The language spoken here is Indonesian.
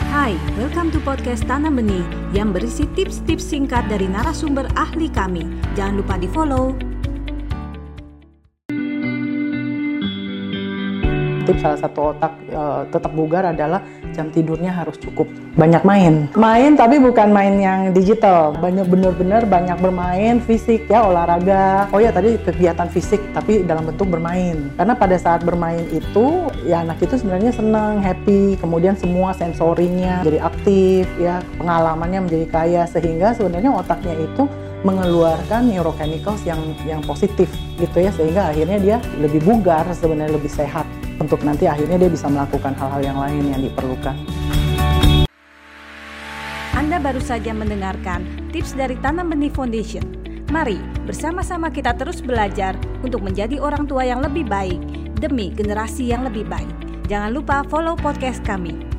Hai, welcome to podcast Tanam Benih yang berisi tips-tips singkat dari narasumber ahli kami. Jangan lupa di-follow. Tips salah satu otak tetap bugar adalah jam tidurnya harus cukup. Banyak main tapi bukan main yang digital. Benar-benar banyak bermain fisik ya, olahraga. Oh ya, tadi kegiatan fisik tapi dalam bentuk bermain. Karena pada saat bermain itu ya anak itu sebenarnya senang, happy, kemudian semua sensorinya jadi aktif ya, pengalamannya menjadi kaya, sehingga sebenarnya otaknya itu mengeluarkan neurochemicals yang positif gitu ya, sehingga akhirnya dia lebih bugar, sebenarnya lebih sehat untuk nanti akhirnya dia bisa melakukan hal-hal yang lain yang diperlukan. Anda baru saja mendengarkan tips dari Tanam Benih Foundation. Mari bersama-sama kita terus belajar untuk menjadi orang tua yang lebih baik demi generasi yang lebih baik. Jangan lupa follow podcast kami.